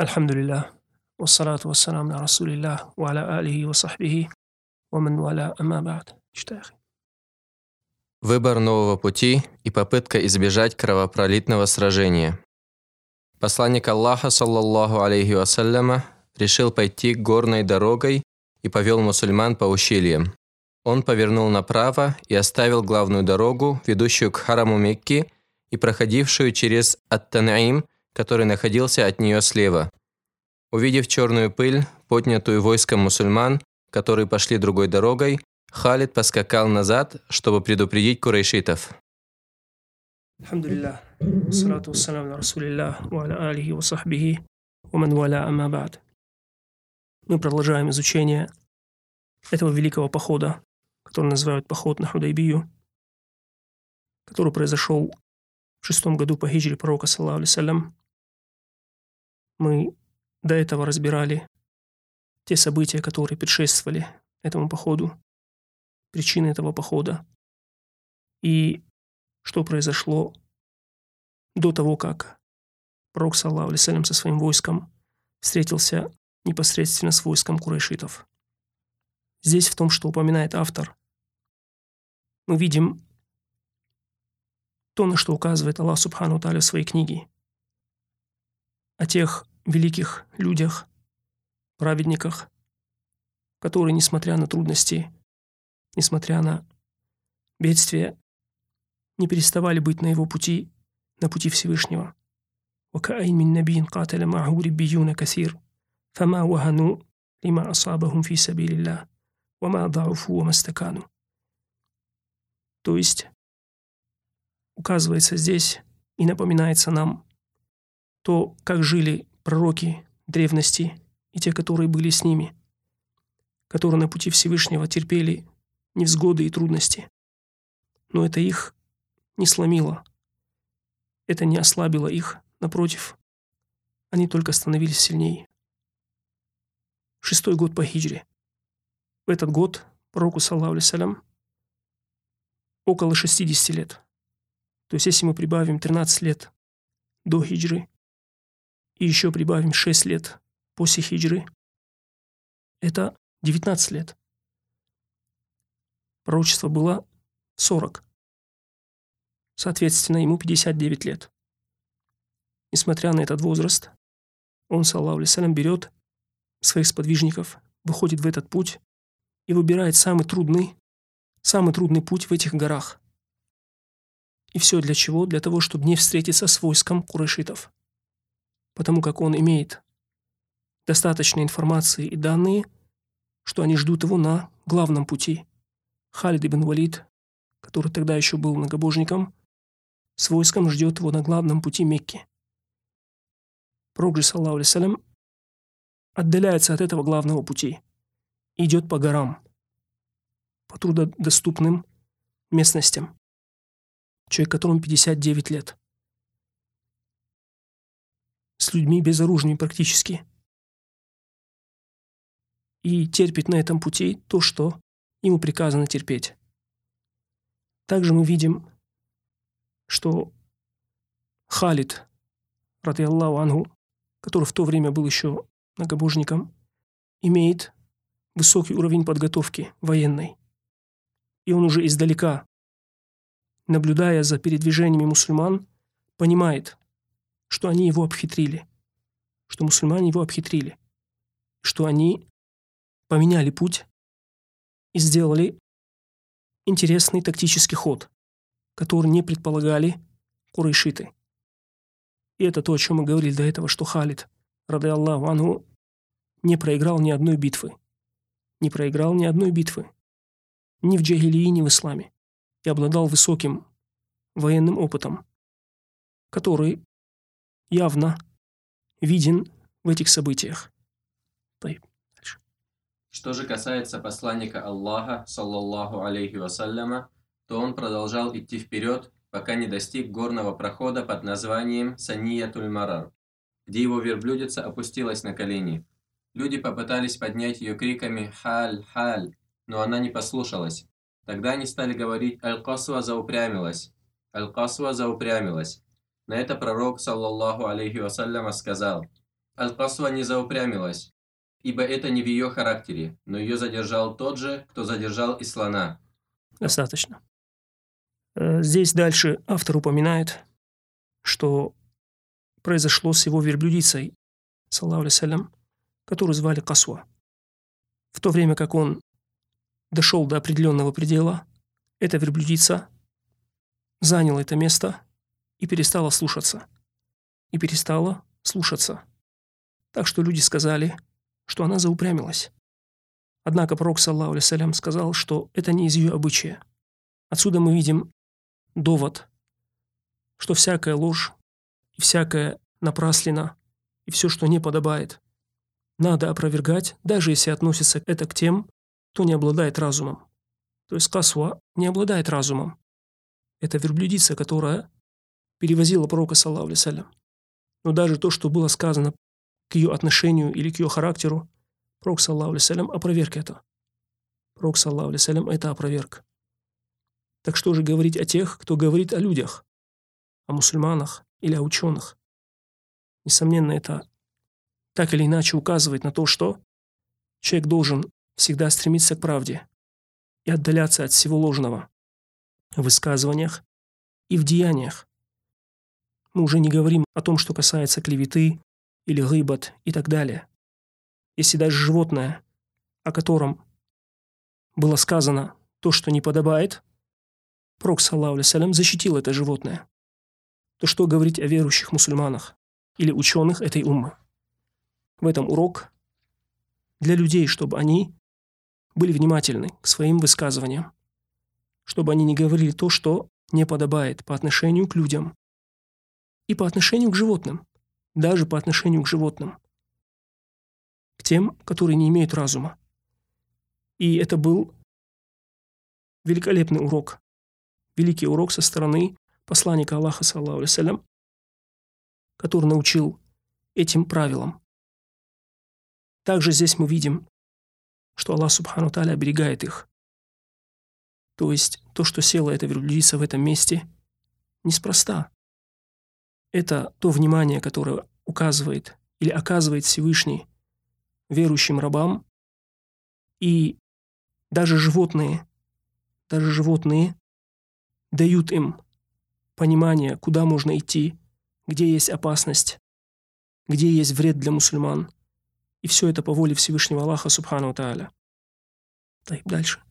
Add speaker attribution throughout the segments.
Speaker 1: Альхамдулиллах, вассалату вассалам на расулиллах, ва аля алихи ва сахбихи, ва ман валя амма ба'д. Читай, ахи.
Speaker 2: Выбор нового пути и попытка избежать кровопролитного сражения. Посланник Аллаха, саллаллаху алейхи вассаляма, решил пойти горной дорогой и повел мусульман по ущельям. Он повернул направо и оставил главную дорогу, ведущую к хараму Мекки и проходившую через Ат-Танаим, который находился от нее слева. Увидев черную пыль, поднятую войском мусульман, которые пошли другой дорогой, Халид поскакал назад, чтобы предупредить курайшитов.
Speaker 1: Альхамдулиллах, вассалату вассалам на расулиллах, ва аля алихи ва сахбихи, ва ман валя амма ба'д. Мы продолжаем изучение этого великого похода, который называют поход на Худайбию, который произошел в 6 году по хиджре пророка, саллаллаху алейхи вассалям. Мы до этого разбирали те события, которые предшествовали этому походу, причины этого похода и что произошло до того, как пророк, саллаллаху алейхи вассалям, со своим войском встретился непосредственно с войском курайшитов. Здесь в том, что упоминает автор, мы видим то, на что указывает Аллах Субхану Тааля в своей книге, о тех великих людях, праведниках, которые, несмотря на трудности, несмотря на бедствия, не переставали быть на его пути, на пути Всевышнего. وَكَأَيٍّ مِّن نَّبِيٍّ قَاتَلَ مَعَهُ رِبِّيُّونَ كَثِيرٌ فَمَا وَهَنُوا لِمَا أَصَابَهُمْ فِي سَبِيلِ اللَّهِ وَمَا ضَعُفُوا وَمَا اسْتَكَانُوا. То есть указывается здесь и напоминается нам то, как жили пророки древности и те, которые были с ними, которые на пути Всевышнего терпели невзгоды и трудности. Но это их не сломило, это не ослабило их, напротив, они только становились сильнее. 6 год по хиджре. В этот год пророку, саллаллаху алейхи вассалям, около 60 лет. То есть если мы прибавим 13 лет до хиджры и еще прибавим 6 лет после хиджры, это 19 лет. Пророчество было 40. Соответственно, ему 59 лет. Несмотря на этот возраст, он, саллаллаху алейхи вассалям, берет своих сподвижников, выходит в этот путь и выбирает самый трудный путь в этих горах. И все для чего? Для того, чтобы не встретиться с войском курайшитов. Потому как он имеет достаточно информации и данные, что они ждут его на главном пути. Халид ибн Валид, который тогда еще был многобожником, с войском ждет его на главном пути Мекки. Пророк же, саллаллаху алейхи вассалям, отдаляется от этого главного пути и идет по горам, по труднодоступным местностям. Человек, которому 59 лет. С людьми безоружными практически. И терпит на этом пути то, что ему приказано терпеть. Также мы видим, что Халид, ради Аллаху анху, который в то время был еще многобожником, имеет высокий уровень подготовки военной. И он уже издалека, наблюдая за передвижениями мусульман, понимает, что они его обхитрили, что мусульмане его обхитрили, что они поменяли путь и сделали интересный тактический ход, который не предполагали курайшиты. И это то, о чем мы говорили до этого, что Халид, ради Аллаху анху, не проиграл ни одной битвы. Не проиграл ни одной битвы. Ни в джахилии, ни в исламе. И обладал высоким военным опытом, который явно виден в этих событиях.
Speaker 2: Что же касается посланника Аллаха, саллаллаху алейхи вассаляма, то он продолжал идти вперед, пока не достиг горного прохода под названием Саниятуль-Марар, где его верблюдица опустилась на колени. Люди попытались поднять ее криками «Халь! Халь!», но она не послушалась. Тогда они стали говорить «Аль-Касва заупрямилась! Аль-Касва заупрямилась!». На это пророк, саллаллаху алейхи вассаляма, сказал: Аль-Касва не заупрямилась, ибо это не в ее характере, но ее задержал тот же, кто задержал и слона.
Speaker 1: Достаточно. Здесь дальше автор упоминает, что произошло с его верблюдицей, саллаллаху алейхи, которую звали Касва. В то время как он дошел до определенного предела, эта верблюдица заняла это место и перестала слушаться. Так что люди сказали, что она заупрямилась. Однако пророк, саллаллаху алейхи, сказал, что это не из ее обычая. Отсюда мы видим довод, что всякая ложь и всякая напраслина и все, что не подобает, надо опровергать, даже если относится это к тем, кто не обладает разумом. То есть Касва не обладает разумом. Это верблюдица, которая перевозила пророка, саллаллаху алейхи. Но даже то, что было сказано к ее отношению или к ее характеру, пророк, саллаллаху алейхи, опроверг это. Пророк, саллаллаху алейхи, это опроверг. Так что же говорить о тех, кто говорит о людях, о мусульманах или о ученых? Несомненно, это так или иначе указывает на то, что человек должен всегда стремиться к правде и отдаляться от всего ложного в высказываниях и в деяниях. Мы уже не говорим о том, что касается клеветы или гибат и так далее. Если даже животное, о котором было сказано то, что не подобает, пророк, саллаллаху алейхи, защитил это животное, то что говорить о верующих мусульманах или ученых этой уммы? В этом урок для людей, чтобы они были внимательны к своим высказываниям, чтобы они не говорили то, что не подобает по отношению к людям и по отношению к животным, даже по отношению к животным, к тем, которые не имеют разума. И это был великолепный урок, великий урок со стороны посланника Аллаха, саллаллаху алейхи, который научил этим правилам. Также здесь мы видим, что Аллах субхану тааля оберегает их. То есть то, что села эта верблюдица в этом месте, неспроста. Это то внимание, которое указывает или оказывает Всевышний верующим рабам, и даже животные дают им понимание, куда можно идти, где есть опасность, где есть вред для мусульман. И все это по воле Всевышнего Аллаха субхану тааля. Дальше.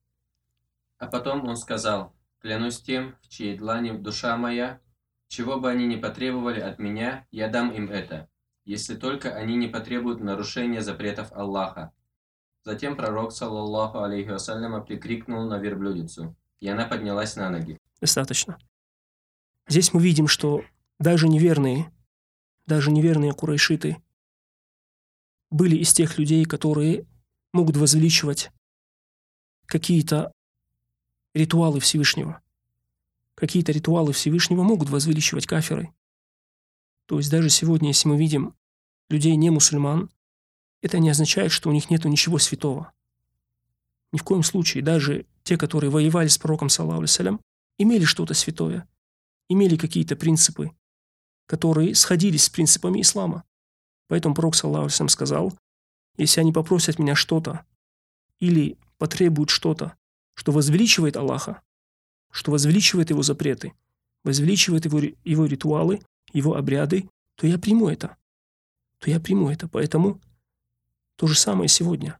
Speaker 2: А потом он сказал: «Клянусь тем, в чьей длани душа моя, чего бы они ни потребовали от меня, я дам им это, если только они не потребуют нарушения запретов Аллаха». Затем пророк, саллаллаху алейхи вассаляма, прикрикнул на верблюдицу, и она поднялась на ноги.
Speaker 1: Достаточно. Здесь мы видим, что даже неверные курайшиты были из тех людей, которые могут возвеличивать какие-то ритуалы Всевышнего. Какие-то ритуалы Всевышнего могут возвеличивать кафиры. То есть даже сегодня, если мы видим людей не мусульман, это не означает, что у них нету ничего святого. Ни в коем случае. Даже те, которые воевали с пророком, саллаллаху алейхи, имели что-то святое, имели какие-то принципы, которые сходились с принципами ислама. Поэтому пророк, саллаллаху алейхи, сказал: если они попросят меня что-то или потребуют что-то, что возвеличивает Аллаха, что возвеличивает его запреты, возвеличивает его ритуалы, его обряды, то я приму это. Поэтому то же самое сегодня.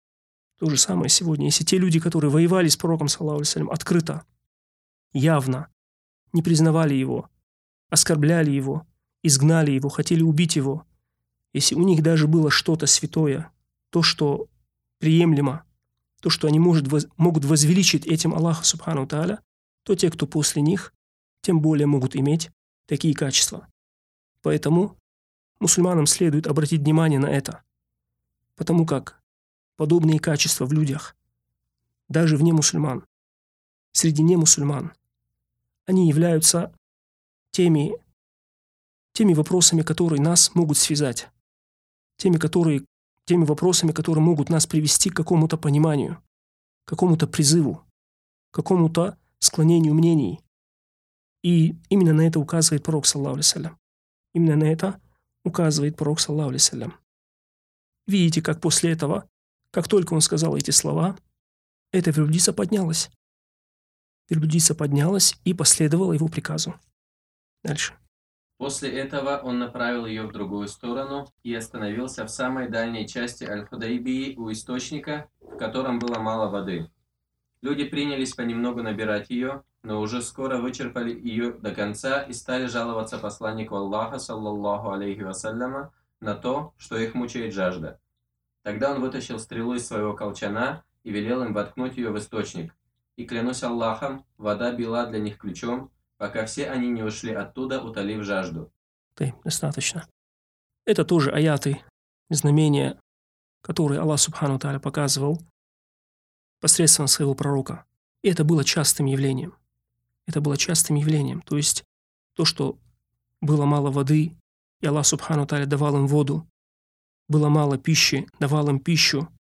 Speaker 1: Если те люди, которые воевали с пророком, саллаллаху алейхи, открыто, явно не признавали его, оскорбляли его, изгнали его, хотели убить его, если у них даже было что-то святое, то, что приемлемо, то, что они могут возвеличить этим Аллаха субхану тааля, то те, кто после них, тем более могут иметь такие качества. Поэтому мусульманам следует обратить внимание на это, потому как подобные качества в людях, даже вне мусульман, среди немусульман, они являются теми вопросами, которые нас могут связать, теми вопросами, которые могут нас привести к какому-то пониманию, к какому-то призыву, к какому-то склонению мнений. И именно на это указывает пророк, саллаллаху алейхи. Именно на это указывает пророк, саллаллаху алейхи вассалям. Видите, как после этого, как только он сказал эти слова, эта верблюдица поднялась. Верблюдица поднялась и последовала его приказу. Дальше.
Speaker 2: После этого он направил ее в другую сторону и остановился в самой дальней части Аль-Худайбии у источника, в котором было мало воды. Люди принялись понемногу набирать ее, но уже скоро вычерпали ее до конца и стали жаловаться посланнику Аллаха, саллаллаху алейхи вассаляма, на то, что их мучает жажда. Тогда он вытащил стрелу из своего колчана и велел им воткнуть ее в источник. И, клянусь Аллахом, вода била для них ключом, пока все они не ушли оттуда, утолив жажду.
Speaker 1: Достаточно. Это тоже аяты, знамения, которые Аллах Субхану Тааля показывал посредством своего пророка. И это было частым явлением. Это было частым явлением. То есть то, что было мало воды, и Аллах Субхану Тааля давал им воду, было мало пищи, давал им пищу,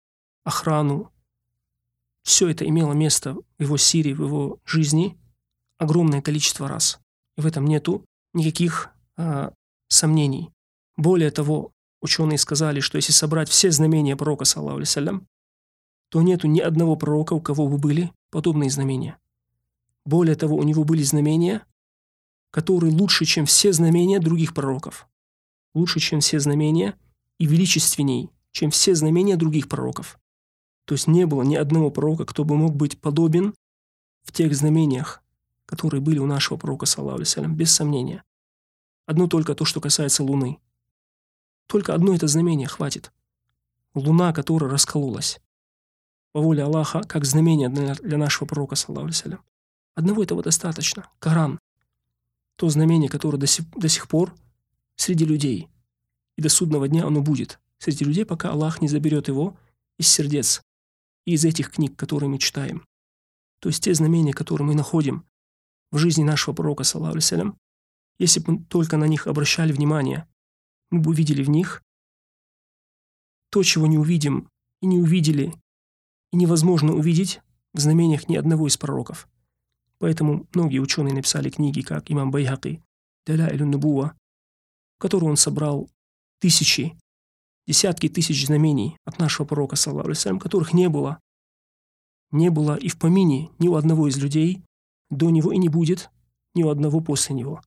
Speaker 1: охрану. Все это имело место в его сире, в его жизни огромное количество раз. И в этом нету никаких сомнений. Более того, ученые сказали, что если собрать все знамения пророка, саллаллаху алейхи вассалям, то нету ни одного пророка, у кого бы были подобные знамения. Более того, у него были знамения, которые лучше, чем все знамения других пророков. Лучше, чем все знамения и величественней, чем все знамения других пророков. То есть не было ни одного пророка, кто бы мог быть подобен в тех знамениях, которые были у нашего пророка, саллаллаху алейхи вассалям, без сомнения. Одно только то, что касается Луны. Только одно это знамение хватит. Луна, которая раскололась. По воле Аллаха, как знамение для нашего пророка, саллаллаху алейхи вассалям. Одного этого достаточно. Коран. То знамение, которое до сих пор среди людей. И до судного дня оно будет среди людей, пока Аллах не заберет его из сердец и из этих книг, которые мы читаем. То есть те знамения, которые мы находим в жизни нашего пророка, саллаллаху алейхи вассалям, если бы мы только на них обращали внимание, мы бы увидели в них то, чего не увидим и не увидели, и невозможно увидеть в знамениях ни одного из пророков. Поэтому многие ученые написали книги, как имам Байхаки «Далаиль ан-Нубуа», в которой он собрал десятки тысяч знамений от нашего пророка, саллаллаху алейхи вассалям, которых не было и в помине ни у одного из людей до него и не будет ни у одного после него.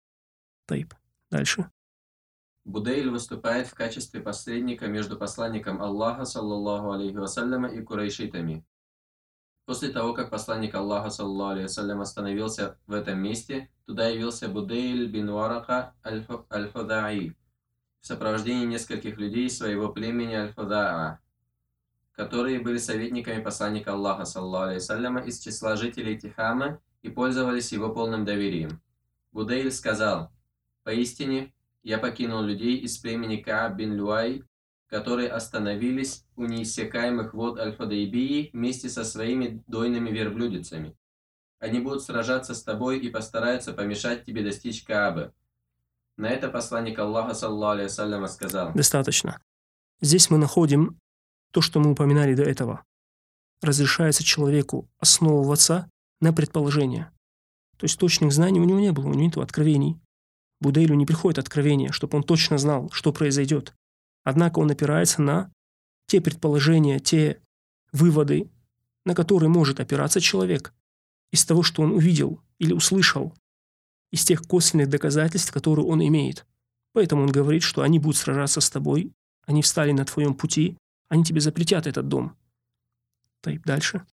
Speaker 1: Дальше.
Speaker 2: Будейль выступает в качестве посредника между посланником Аллаха, саллаллаху алейхи вассаляма, и курайшитами. После того, как посланник Аллаха, саллаллаху алейхи вассалям, остановился в этом месте, туда явился Будейль бин Варака аль-Худаи в сопровождении нескольких людей своего племени аль-Худаа, которые были советниками посланника Аллаха, саллаллаху алейхи вассаляма, из числа жителей Тихама и пользовались его полным доверием. Будейль сказал: «Поистине, я покинул людей из племени Кааб бин Люай, которые остановились у неиссякаемых вод Аль-Худайбии вместе со своими дойными верблюдицами. Они будут сражаться с тобой и постараются помешать тебе достичь Каабы». На это посланник Аллаха, саллаллаху алейхи вассалям, сказал:
Speaker 1: «Достаточно. Здесь мы находим то, что мы упоминали до этого. Разрешается человеку основываться на предположения. То есть точных знаний у него не было, у него нет откровений. Будейлю не приходит откровение, чтобы он точно знал, что произойдет. Однако он опирается на те предположения, те выводы, на которые может опираться человек из того, что он увидел или услышал, из тех косвенных доказательств, которые он имеет. Поэтому он говорит, что они будут сражаться с тобой, они встали на твоем пути, они тебе запретят этот дом. Дальше.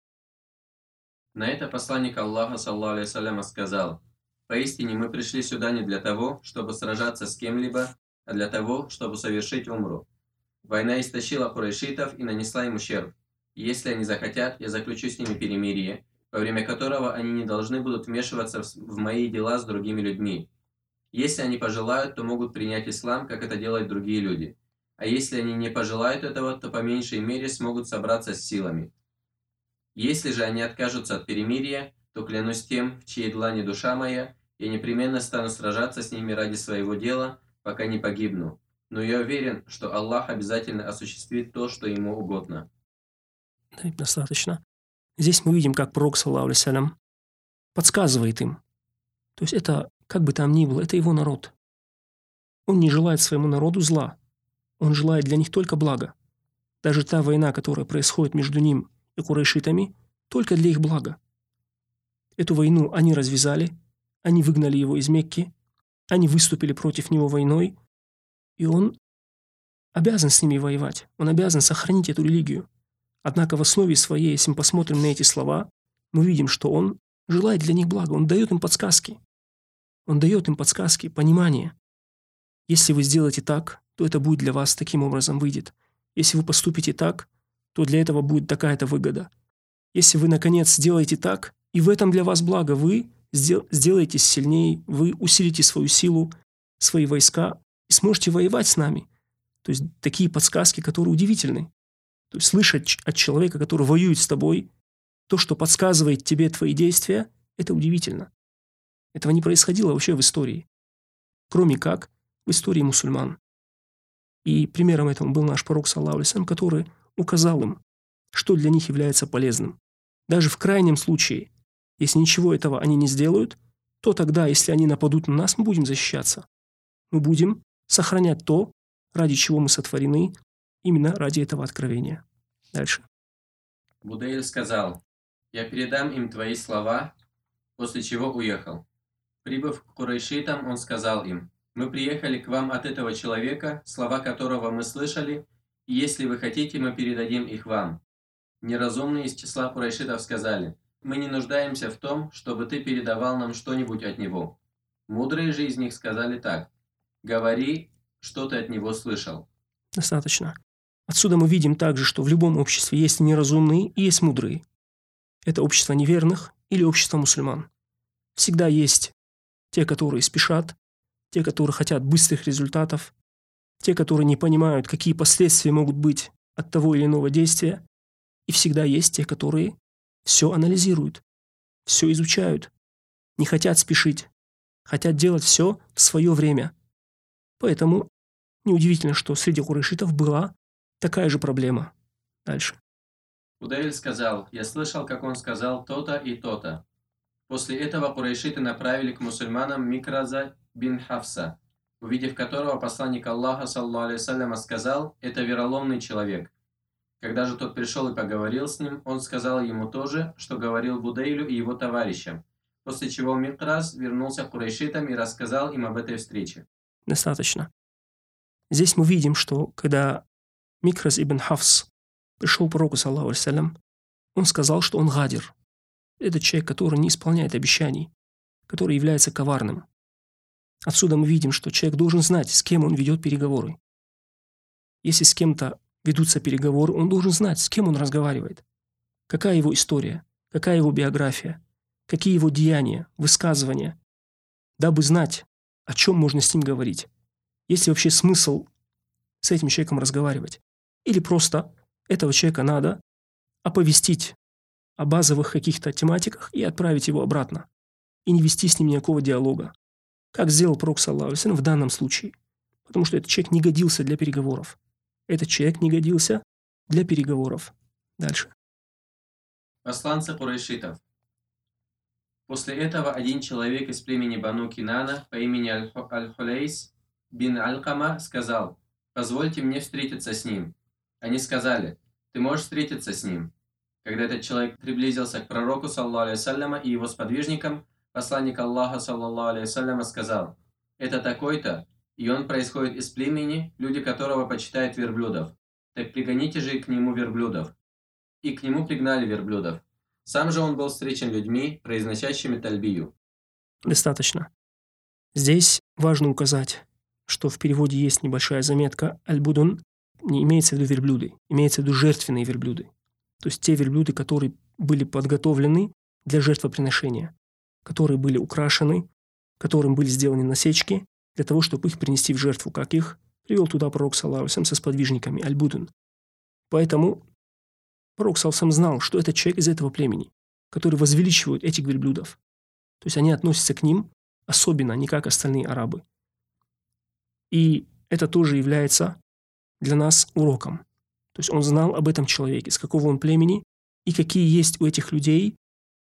Speaker 2: На это посланник Аллаха, саллаллаху алейхи вассалям, сказал: «Поистине мы пришли сюда не для того, чтобы сражаться с кем-либо, а для того, чтобы совершить умру. Война истощила курайшитов и нанесла им ущерб. И если они захотят, я заключу с ними перемирие, во время которого они не должны будут вмешиваться в мои дела с другими людьми. Если они пожелают, то могут принять ислам, как это делают другие люди. А если они не пожелают этого, то по меньшей мере смогут собраться с силами. Если же они откажутся от перемирия, то клянусь тем, в чьей длани душа моя, я непременно стану сражаться с ними ради своего дела, пока не погибну. Но я уверен, что Аллах обязательно осуществит то, что ему угодно».
Speaker 1: Достаточно. Здесь мы видим, как пророк, саллаллаху алейхи вассалям, подсказывает им. То есть это, как бы там ни было, это его народ. Он не желает своему народу зла. Он желает для них только блага. Даже та война, которая происходит между ним и курайшитами, только для их блага. Эту войну они развязали, они выгнали его из Мекки, они выступили против него войной, и он обязан с ними воевать, он обязан сохранить эту религию. Однако в основе своей, если мы посмотрим на эти слова, мы видим, что он желает для них блага, он дает им подсказки. Он дает им подсказки, понимание. Если вы сделаете так, то это будет для вас таким образом выйдет. Если вы поступите так, то для этого будет такая-то выгода. Если вы, наконец, сделаете так, и в этом для вас благо, вы сделаетесь сильнее, вы усилите свою силу, свои войска и сможете воевать с нами. То есть такие подсказки, которые удивительны. То есть слышать от человека, который воюет с тобой, то, что подсказывает тебе твои действия, это удивительно. Этого не происходило вообще в истории. Кроме как в истории мусульман. И примером этому был наш пророк, саллаллаху алейхи ва саллям, который указал им, что для них является полезным. Даже в крайнем случае, если ничего этого они не сделают, то тогда, если они нападут на нас, мы будем защищаться. Мы будем сохранять то, ради чего мы сотворены, именно ради этого откровения. Дальше.
Speaker 2: Будейль сказал: «Я передам им твои слова», после чего уехал. Прибыв к курайшитам, он сказал им: «Мы приехали к вам от этого человека, слова которого мы слышали, и если вы хотите, мы передадим их вам». Неразумные из числа курайшитов сказали: «Мы не нуждаемся в том, чтобы ты передавал нам что-нибудь от него». Мудрые же из них сказали так: «Говори, что ты от него слышал».
Speaker 1: Достаточно. Отсюда мы видим также, что в любом обществе есть неразумные и есть мудрые. Это общество неверных или общество мусульман. Всегда есть те, которые спешат, те, которые хотят быстрых результатов, те, которые не понимают, какие последствия могут быть от того или иного действия, и всегда есть те, которые все анализируют, все изучают, не хотят спешить, хотят делать все в свое время. Поэтому неудивительно, что среди курайшитов была такая же проблема. Дальше.
Speaker 2: Будейль сказал: «Я слышал, как он сказал то-то и то-то». После этого курайшиты направили к мусульманам Микраза бин Хафса, увидев которого посланник Аллаха, саллаллаху алейхи ва саллям, сказал: «Это вероломный человек». Когда же тот пришел и поговорил с ним, он сказал ему то же, что говорил Будейлю и его товарищам, после чего Микраз вернулся к курайшитам и рассказал им об этой встрече.
Speaker 1: Достаточно. Здесь мы видим, что когда Микраз ибн Хафс пришел к пророку, саллаллаху алейхи ва саллям, он сказал, что он гадир. Это человек, который не исполняет обещаний, который является коварным. Отсюда мы видим, что человек должен знать, с кем он ведет переговоры. Если с кем-то ведутся переговоры, он должен знать, с кем он разговаривает, какая его история, какая его биография, какие его деяния, высказывания, дабы знать, о чем можно с ним говорить. Есть ли вообще смысл с этим человеком разговаривать? Или просто этого человека надо оповестить о базовых каких-то тематиках и отправить его обратно, и не вести с ним никакого диалога, как сделал пророк, саллаллаху алейхи ва саллям, в данном случае. Потому что этот человек не годился для переговоров. Этот человек не годился для переговоров. Дальше.
Speaker 2: Посланцы курайшитов. После этого один человек из племени Бану Кинана по имени Аль-Хулейс бин Аль-Кама сказал: «Позвольте мне встретиться с ним». Они сказали: «Ты можешь встретиться с ним». Когда этот человек приблизился к пророку, саллаллаху алейхи ва салляма, и его сподвижникам, посланник Аллаха, саллаллаху алейхи ва салляма, сказал: «Это такой-то, и он происходит из племени, люди которого почитают верблюдов. Так пригоните же к нему верблюдов». И к нему пригнали верблюдов. Сам же он был встречен людьми, произносящими тальбию.
Speaker 1: Достаточно. Здесь важно указать, что в переводе есть небольшая заметка «аль-будун», не имеется в виду верблюды, имеется в виду жертвенные верблюды. То есть те верблюды, которые были подготовлены для жертвоприношения, которые были украшены, которым были сделаны насечки, для того, чтобы их принести в жертву, как их привел туда пророк, саллаллаху алейхи ва саллям, со сподвижниками, аль-будун. Поэтому пророк, саллаллаху алейхи ва саллям, знал, что это человек из этого племени, который возвеличивает этих верблюдов. То есть они относятся к ним особенно, не как остальные арабы. И это тоже является для нас уроком. То есть он знал об этом человеке, с какого он племени, и какие есть у этих людей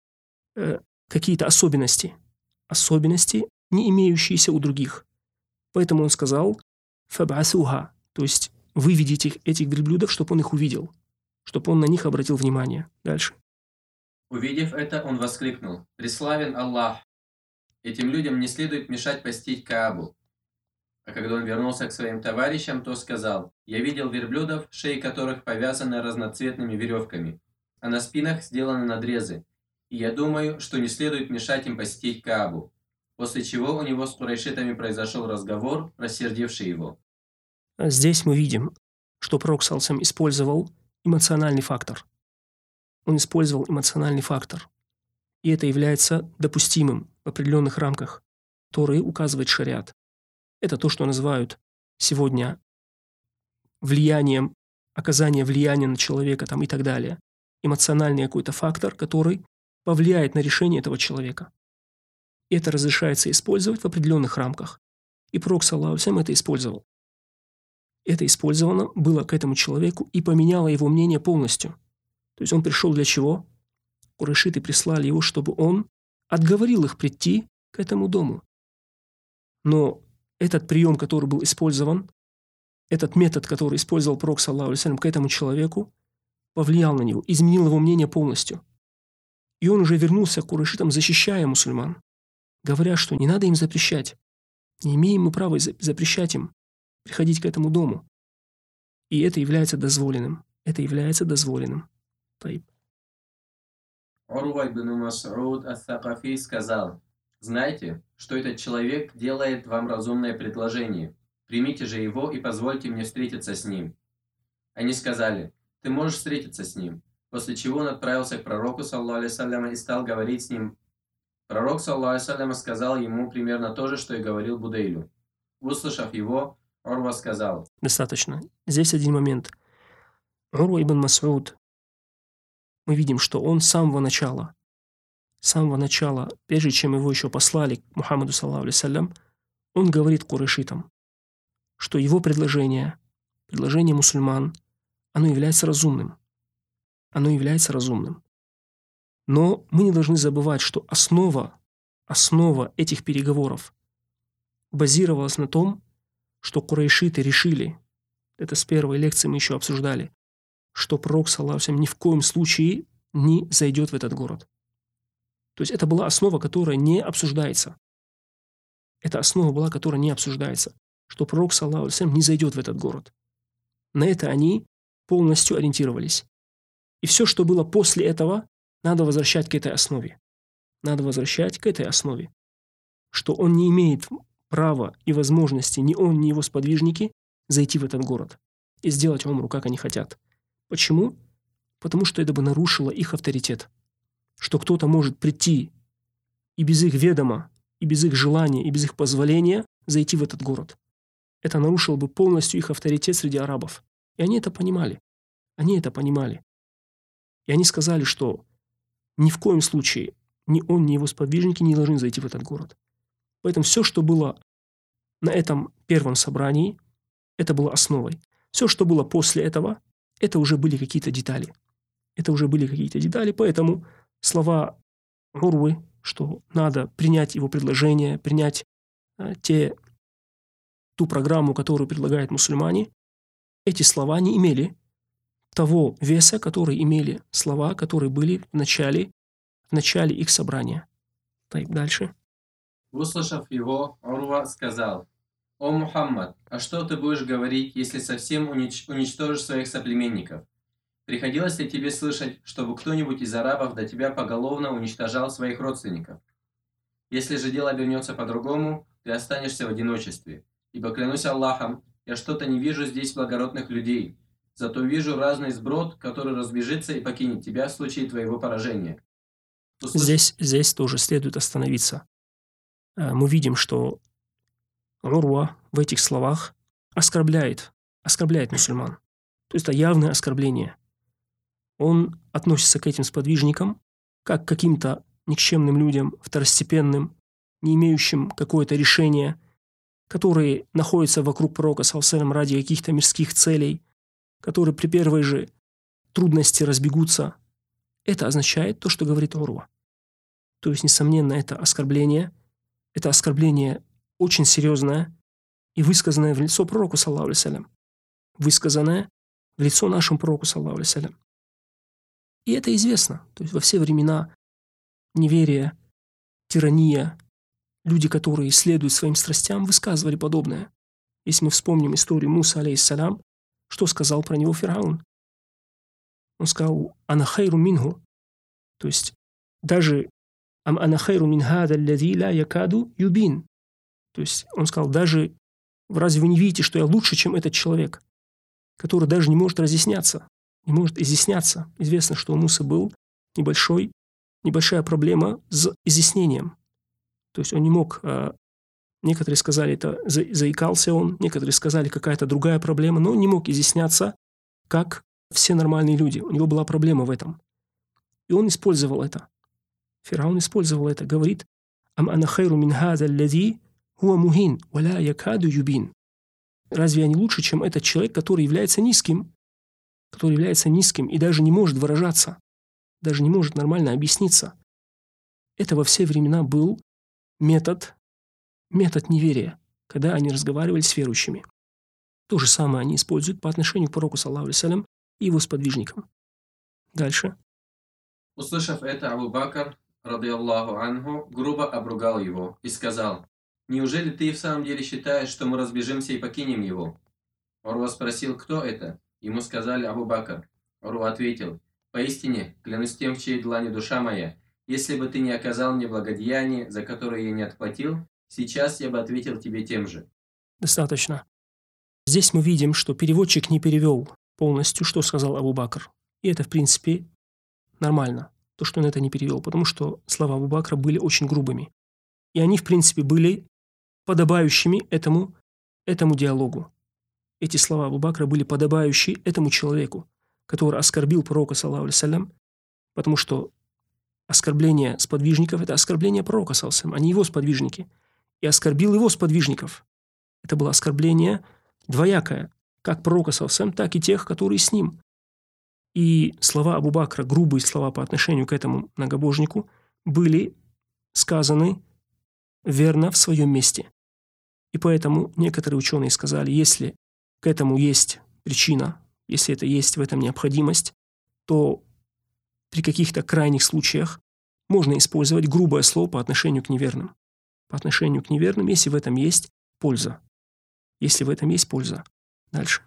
Speaker 1: какие-то особенности, не имеющиеся у других. Поэтому он сказал «фаб'асуха», то есть выведите этих верблюдов, чтобы он их увидел, чтобы он на них обратил внимание. Дальше.
Speaker 2: Увидев это, он воскликнул: «Преславен Аллах! Этим людям не следует мешать посетить Каабу». А когда он вернулся к своим товарищам, то сказал: «Я видел верблюдов, шеи которых повязаны разноцветными веревками, а на спинах сделаны надрезы, и я думаю, что не следует мешать им посетить Каабу». После чего у него с курайшитами произошел разговор, рассердивший его.
Speaker 1: Здесь мы видим, что пророк саллаллаху использовал эмоциональный фактор. Он использовал эмоциональный фактор. И это является допустимым в определенных рамках, которые указывает шариат. Это то, что называют сегодня влиянием, оказание влияния на человека там, и так далее. Эмоциональный какой-то фактор, который повлияет на решение этого человека. И это разрешается использовать в определенных рамках. И пророк саллаллаху алейхи ва саллям это использовал. Это использовано было к этому человеку и поменяло его мнение полностью. То есть он пришел для чего? Курайшиты прислали его, чтобы он отговорил их прийти к этому дому. Но этот прием, который был использован, этот метод, который использовал пророк саллаллаху алейхи ва саллям к этому человеку, повлиял на него, изменил его мнение полностью. И он уже вернулся к курайшитам, защищая мусульман, говоря, что не надо им запрещать. Не имеем мы права запрещать им приходить к этому дому. И это является дозволенным. Это является дозволенным.
Speaker 2: Урва ибн Мас'уд ас-Сакафи сказал: «Знайте, что этот человек делает вам разумное предложение. Примите же его и позвольте мне встретиться с ним». Они сказали: «Ты можешь встретиться с ним». После чего он отправился к пророку, саллаллаху алейхи ва саллям, и стал говорить с ним. Пророк, саллаллаху алейхи ва саллям, сказал ему примерно то же, что и говорил Будейлю. Услышав его, Урва сказал:
Speaker 1: «Достаточно. Здесь один момент. Урва ибн Мас'уд, мы видим, что он с самого начала, прежде чем его еще послали к Мухаммаду, саллаллаху алейхи ва саллям, он говорит курайшитам, что его предложение мусульман, оно является разумным. Оно является разумным. Но мы не должны забывать, что основа этих переговоров базировалась на том, что курайшиты решили, это с первой лекции мы еще обсуждали, что пророк, саллаллаху алейхи ва саллям, ни в коем случае не зайдет в этот город. То есть это была основа, которая не обсуждается. Это основа была, которая не обсуждается, что пророк, саллаллаху алейхи ва саллям, не зайдет в этот город. На это они полностью ориентировались. И все, что было после этого, надо возвращать к этой основе. Надо возвращать к этой основе. Что он не имеет права и возможности, ни он, ни его сподвижники, зайти в этот город и сделать умру, как они хотят. Почему? Потому что это бы нарушило их авторитет. Что кто-то может прийти и без их ведома, и без их желания, и без их позволения зайти в этот город. Это нарушило бы полностью их авторитет среди арабов. И они это понимали. Они это понимали. И они сказали, что ни в коем случае ни он, ни его сподвижники не должны зайти в этот город. Поэтому все, что было на этом первом собрании, это было основой. Все, что было после этого, это уже были какие-то детали. Поэтому слова Урвы, что надо принять его предложение, принять ту программу, которую предлагают мусульмане, эти слова не имели того веса, который имели слова, которые были в начале их собрания. Так, дальше.
Speaker 2: Услышав его, Урва сказал: «О Мухаммад, а что ты будешь говорить, если совсем уничтожишь своих соплеменников? Приходилось ли тебе слышать, чтобы кто-нибудь из арабов до тебя поголовно уничтожал своих родственников? Если же дело вернется по-другому, ты останешься в одиночестве. Ибо, клянусь Аллахом, я что-то не вижу здесь благородных людей, зато вижу разный сброд, который разбежится и покинет тебя в случае твоего поражения».
Speaker 1: Здесь тоже следует остановиться. Мы видим, что Урва в этих словах оскорбляет мусульман. То есть это явное оскорбление. Он относится к этим сподвижникам как к каким-то никчемным людям, второстепенным, не имеющим какое-то решение, которые находятся вокруг пророка, саллаллаху алейхи ва саллям, ради каких-то мирских целей, которые при первой же трудности разбегутся. Это означает то, что говорит Урва. То есть, несомненно, это оскорбление очень серьезное, и высказанное в лицо пророку, саллаллаху алейхи вассалям. Высказанное в лицо нашему пророку, саллаллаху алейхи вассалям. И это известно. То есть во все времена неверие, тирания, люди, которые следуют своим страстям, высказывали подобное. Если мы вспомним историю Мусы, алейхиссалям, что сказал про него Фираун? Он сказал «Ана хайру минху», то есть даже «Ам ана хайру мин хада аллади ла якаду юбин». То есть он сказал даже «Разве вы не видите, что я лучше, чем этот человек, который даже не может разъясняться, не может изъясняться?» Известно, что у Мусы был небольшая проблема с изъяснением. То есть он не мог, некоторые сказали, это заикался он, некоторые сказали, какая-то другая проблема, но он не мог изъясняться, как все нормальные люди. У него была проблема в этом. И он использовал это. Фираун использовал это. Говорит, «Ам ана хайру мин хаза аллади хуа мухин, валя якаду юбин». Разве я не лучше, чем этот человек, который является низким и даже не может выражаться, даже не может нормально объясниться? Это во все времена был метод неверия, когда они разговаривали с верующими. То же самое они используют по отношению к пророку, саллаллаху алейхи вассалям, и его сподвижникам. Дальше.
Speaker 2: Услышав это, Абу Бакр, радийаллаху анху, грубо обругал его и сказал: «Неужели ты в самом деле считаешь, что мы разбежимся и покинем его?» Урва спросил, кто это? Ему сказали Абу Бакр. Урва ответил: «Поистине, клянусь тем, в чьей длани душа моя, если бы ты не оказал мне благодеяние, за которое я не отплатил, сейчас я бы ответил тебе тем же».
Speaker 1: Достаточно. Здесь мы видим, что переводчик не перевел полностью, что сказал Абу Бакр. И это, в принципе, нормально, то, что он это не перевел, потому что слова Абу Бакра были очень грубыми. И они, в принципе, были подобающими этому диалогу. Эти слова Абу Бакра были подобающие этому человеку, который оскорбил пророка, саллаллаху алейхи вассалям, потому что оскорбление сподвижников – это оскорбление пророка, саллаллаху алейхи вассалям, а не его сподвижники. И оскорбил его сподвижников. Это было оскорбление двоякое, как пророка, саллаллаху алейхи вассалям, так и тех, которые с ним. И слова Абу Бакра, грубые слова по отношению к этому многобожнику, были сказаны верно в своем месте. И поэтому некоторые ученые сказали, если к этому есть причина, если это есть в этом необходимость, то при каких-то крайних случаях можно использовать грубое слово по отношению к неверным. По отношению к неверным, если в этом есть польза. Если в этом есть польза. Дальше.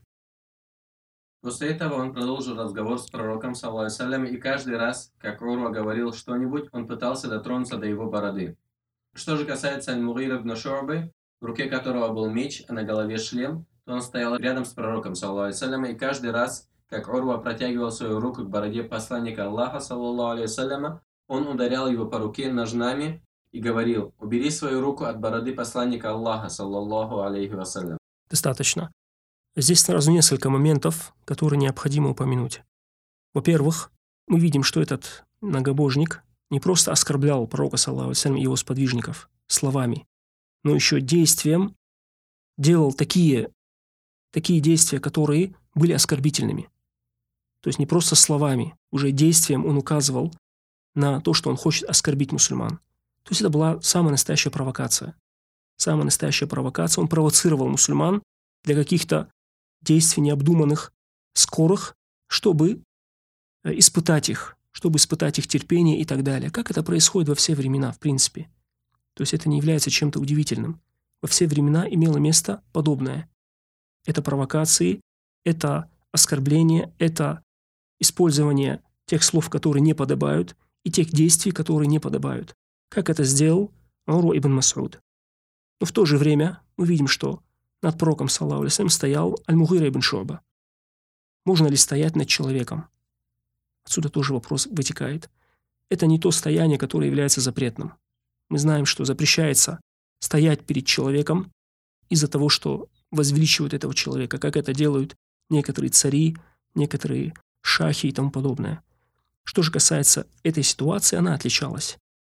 Speaker 2: После этого он продолжил разговор с пророком, саллаллаху алейхи вассалям, и каждый раз, как Урва говорил что-нибудь, он пытался дотронуться до его бороды. Что же касается Аль-Мугира ибн Шу'бы, в руке которого был меч, а на голове шлем, то он стоял рядом с пророком, саллаллаху алейхи вассалям, и каждый раз, как Урва протягивал свою руку к бороде посланника Аллаха, саллаллаху алейхи вассалям, он ударял его по руке ножнами и говорил: «Убери свою руку от бороды посланника Аллаха, саллаллаху алейхи вассалям».
Speaker 1: Достаточно. Здесь сразу несколько моментов, которые необходимо упомянуть. Во-первых, мы видим, что этот многобожник не просто оскорблял пророка, саллаллаху алейхи вассалям, и его сподвижников словами, но еще действием делал такие действия, которые были оскорбительными. То есть не просто словами, уже действием он указывал на то, что он хочет оскорбить мусульман. То есть это была самая настоящая провокация. Самая настоящая провокация. Он провоцировал мусульман для каких-то действий необдуманных, скорых, чтобы испытать их терпение и так далее. Как это происходит во все времена, в принципе. То есть это не является чем-то удивительным. Во все времена имело место подобное. Это провокации, это оскорбление, это использование тех слов, которые не подобают, и тех действий, которые не подобают. Как это сделал Урва ибн Мас'уд. Но в то же время мы видим, что над пророком, саллаллаху алейхи вассалям, стоял Аль-Мугира ибн Шу'ба. Можно ли стоять над человеком? Отсюда тоже вопрос вытекает. Это не то стояние, которое является запретным. Мы знаем, что запрещается стоять перед человеком из-за того, что возвеличивают этого человека, как это делают некоторые цари, некоторые шахи и тому подобное. Что же касается этой ситуации, она отличалась.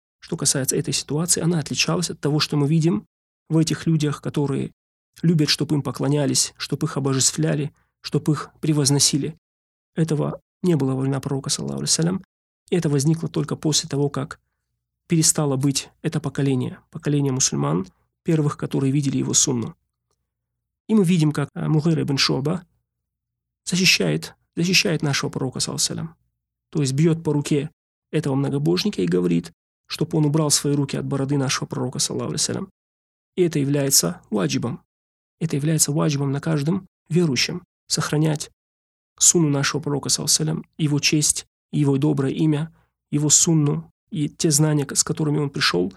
Speaker 1: От того, что мы видим в этих людях, которые любят, чтобы им поклонялись, чтобы их обожествляли, чтобы их превозносили. Этого не было во времена пророка, саллаллаху алейхи вассалям. И это возникло только после того, как перестало быть это поколение мусульман, первых, которые видели его сунну. И мы видим, как Мугира ибн Шу'ба защищает нашего пророка, саллаллаху. То есть бьет по руке этого многобожника и говорит, чтобы он убрал свои руки от бороды нашего пророка, саллаллаху. И это является ваджибом. Это является ваджибом на каждом верующем. Сохранять сунну нашего пророка, саллаллаху, его честь, его доброе имя, его сунну и те знания, с которыми он пришел,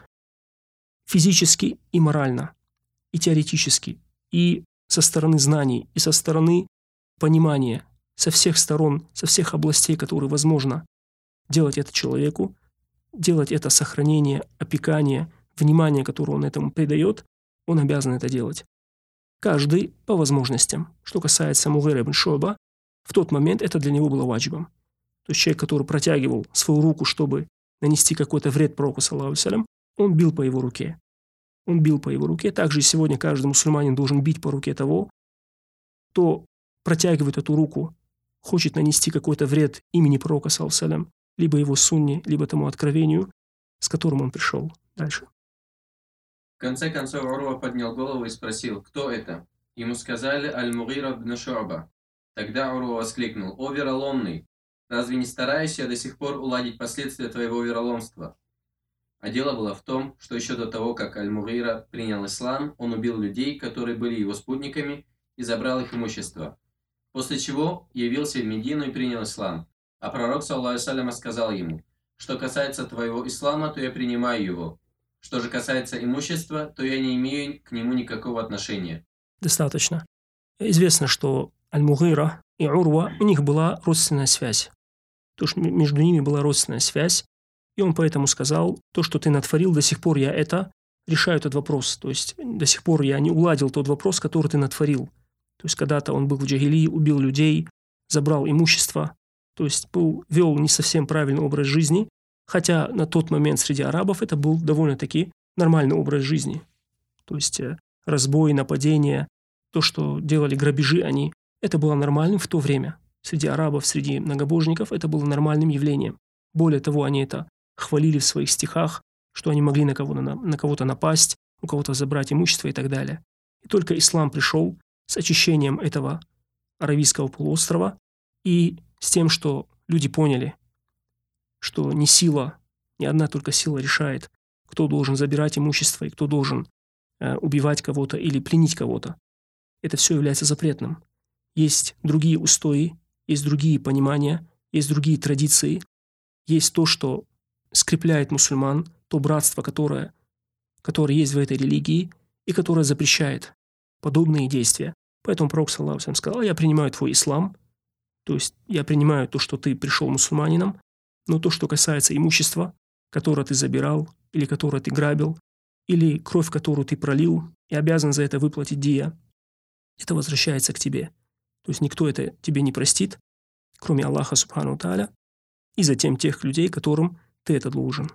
Speaker 1: физически и морально, и теоретически, и со стороны знаний, и со стороны понимания, со всех сторон, со всех областей, которые возможно делать это человеку, делать это сохранение, опекание, внимание, которое он этому придает, он обязан это делать. Каждый по возможностям. Что касается Мугира ибн Шу'ба, в тот момент это для него было ваджибом. То есть человек, который протягивал свою руку, чтобы нанести какой-то вред пророку, саллаллаху алейхи, он бил по его руке. Он бил по его руке. Также сегодня каждый мусульманин должен бить по руке того, кто протягивает эту руку, хочет нанести какой-то вред имени пророка, саллаллаху алейхи, либо его сунне, либо тому откровению, с которым он пришел. Дальше.
Speaker 2: В конце концов Урва поднял голову и спросил, кто это? Ему сказали Аль-Мугира ибн Шу'ба. Тогда Урва воскликнул: «О вероломный! Разве не стараюсь я до сих пор уладить последствия твоего вероломства?» А дело было в том, что еще до того, как Аль-Мугира принял ислам, он убил людей, которые были его спутниками, и забрал их имущество. После чего явился в Медину и принял ислам. А пророк, саллаллаху алейхи сказал ему: «Что касается твоего ислама, то я принимаю его. Что же касается имущества, то я не имею к нему никакого отношения».
Speaker 1: Достаточно. Известно, что Аль-Мугира и Урва, у них была родственная связь. То, что между ними была родственная связь, и он поэтому сказал: то, что ты натворил, до сих пор я решаю этот вопрос. То есть до сих пор я не уладил тот вопрос, который ты натворил. То есть когда-то он был в джахилии, убил людей, забрал имущество, то есть вел не совсем правильный образ жизни, хотя на тот момент среди арабов это был довольно-таки нормальный образ жизни. То есть разбой, нападения, то, что делали грабежи они, это было нормальным в то время. Среди арабов, среди многобожников это было нормальным явлением. Более того, они это хвалили в своих стихах, что они могли на кого-то напасть, у кого-то забрать имущество и так далее. И только ислам пришел с очищением этого Аравийского полуострова и с тем, что люди поняли, что ни одна только сила решает, кто должен забирать имущество и кто должен убивать кого-то или пленить кого-то. Это все является запретным. Есть другие устои, есть другие понимания, есть другие традиции, есть то, что скрепляет мусульман, то братство, которое есть в этой религии и которое запрещает подобные действия. Поэтому пророк, саллаллаху алейхи ва саллям, сказал: я принимаю твой ислам, то есть я принимаю то, что ты пришел мусульманином, но то, что касается имущества, которое ты забирал, или которое ты грабил, или кровь, которую ты пролил, и обязан за это выплатить дия, это возвращается к тебе. То есть никто это тебе не простит, кроме Аллаха субхану тааля, и затем тех людей, которым ты это должен.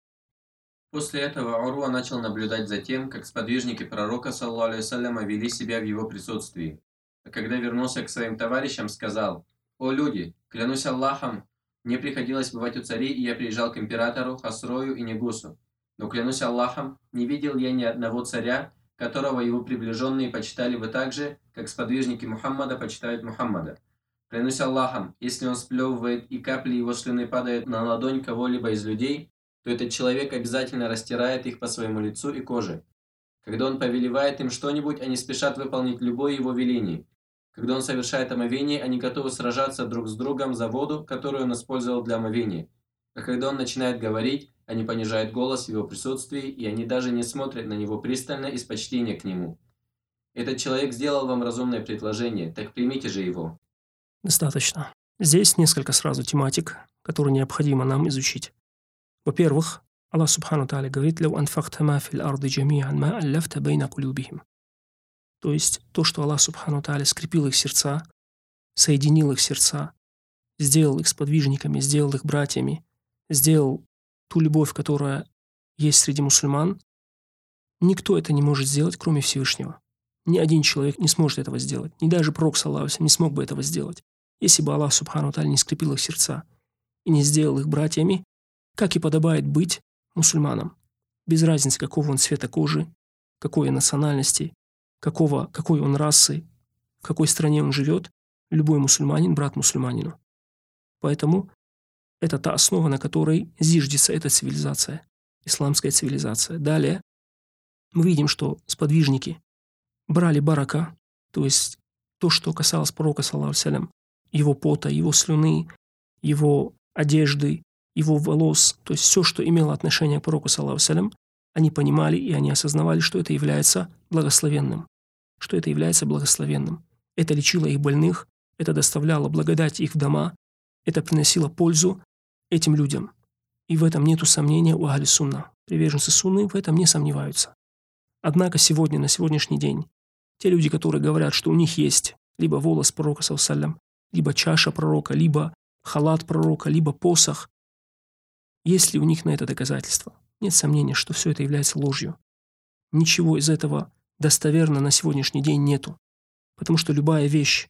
Speaker 2: После этого Урва начал наблюдать за тем, как сподвижники пророка, саллаллаху алейхи вассаляма, вели себя в его присутствии. А когда вернулся к своим товарищам, сказал: «О люди, клянусь Аллахом, мне приходилось бывать у царей, и я приезжал к императору, Хасрою и Негусу. Но клянусь Аллахом, не видел я ни одного царя, которого его приближенные почитали бы так же, как сподвижники Мухаммада почитают Мухаммада. Клянусь Аллахом, если он сплевывает и капли его слюны падают на ладонь кого-либо из людей, то этот человек обязательно растирает их по своему лицу и коже. Когда он повелевает им что-нибудь, они спешат выполнить любое его веление. Когда он совершает омовение, они готовы сражаться друг с другом за воду, которую он использовал для омовения. А когда он начинает говорить, они понижают голос в его присутствии, и они даже не смотрят на него пристально из почтения к нему. Этот человек сделал вам разумное предложение, так примите же его».
Speaker 1: Достаточно. Здесь несколько сразу тематик, которые необходимо нам изучить. Во-первых, Аллах субхану тааля говорит: «Лау анфакта ма фил арды джами'ан ма аллафта байна кулюбихим». То есть то, что Аллах субхану тааля скрепил их сердца, соединил их сердца, сделал их сподвижниками, сделал их братьями, сделал ту любовь, которая есть среди мусульман, никто это не может сделать, кроме Всевышнего. Ни один человек не сможет этого сделать. Ни даже пророк, саллаллаху алейхи ва саллям, не смог бы этого сделать, если бы Аллах субхану тааля не скрепил их сердца и не сделал их братьями, как и подобает быть мусульманам, без разницы, какого он цвета кожи, какой национальности, какой он расы, в какой стране он живет, любой мусульманин – брат мусульманину. Поэтому это та основа, на которой зиждется эта цивилизация, исламская цивилизация. Далее мы видим, что сподвижники брали барака, то есть то, что касалось пророка, саллаллаху алейхи ва саллям, его пота, его слюны, его одежды, его волос, то есть все, что имело отношение к пророку, саллаллаху алейхи ва саллям, они понимали и они осознавали, что это является благословенным. Что это является благословенным. Это лечило их больных, это доставляло благодать их в дома, это приносило пользу этим людям. И в этом нету сомнения у ахли сунна. Приверженцы сунны в этом не сомневаются. Однако сегодня, на сегодняшний день, те люди, которые говорят, что у них есть либо волос пророка, саллаллаху алейхи ва саллям, либо чаша пророка, либо халат пророка, либо посох, есть ли у них на это доказательства? Нет сомнения, что все это является ложью. Ничего из этого достоверно на сегодняшний день нету. Потому что любая вещь,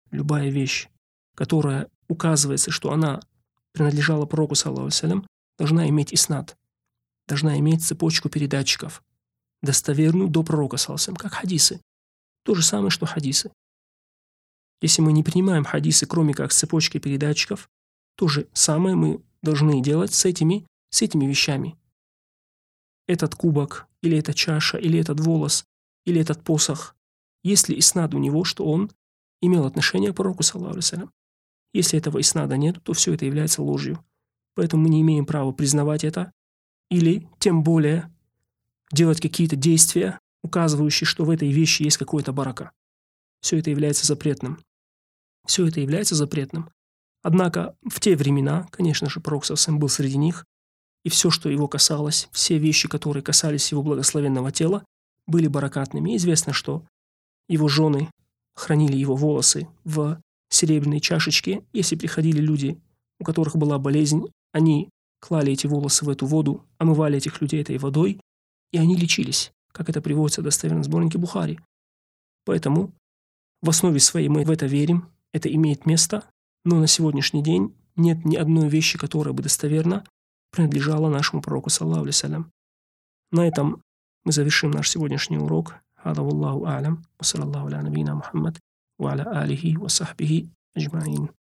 Speaker 1: которая указывается, что она принадлежала пророку, саллаллаху алейхи ва саллям, должна иметь иснад, должна иметь цепочку передатчиков, достоверную до пророка, саллаллаху алейхи ва саллям, как хадисы. То же самое, что хадисы. Если мы не принимаем хадисы, кроме как с цепочкой передатчиков, то же самое мы должны делать с этими вещами. Этот кубок, или эта чаша, или этот волос, или этот посох, если иснад у него, что он имел отношение к пророку, саллаллаху алейхи ва саллям. Если этого иснада нет, то все это является ложью. Поэтому мы не имеем права признавать это, или тем более делать какие-то действия, указывающие, что в этой вещи есть какой-то барака. Все это является запретным. Все это является запретным. Однако в те времена, конечно же, пророк саллаллаху алейхи ва саллям был среди них, и все, что его касалось, все вещи, которые касались его благословенного тела, были баракатными. Известно, что его жены хранили его волосы в серебряной чашечке. Если приходили люди, у которых была болезнь, они клали эти волосы в эту воду, омывали этих людей этой водой, и они лечились, как это приводится достоверно в сборнике Бухари. Поэтому в основе своей мы в это верим, это имеет место, но на сегодняшний день нет ни одной вещи, которая бы достоверно принадлежала нашему пророку, саллаллаху алейхи ва саллям. На этом мы завершим наш сегодняшний урок. Хада валлаху а'лям, ва саллаллаху аля набийна Мухаммад, ва аля алихи ва сахбихи аджмаин.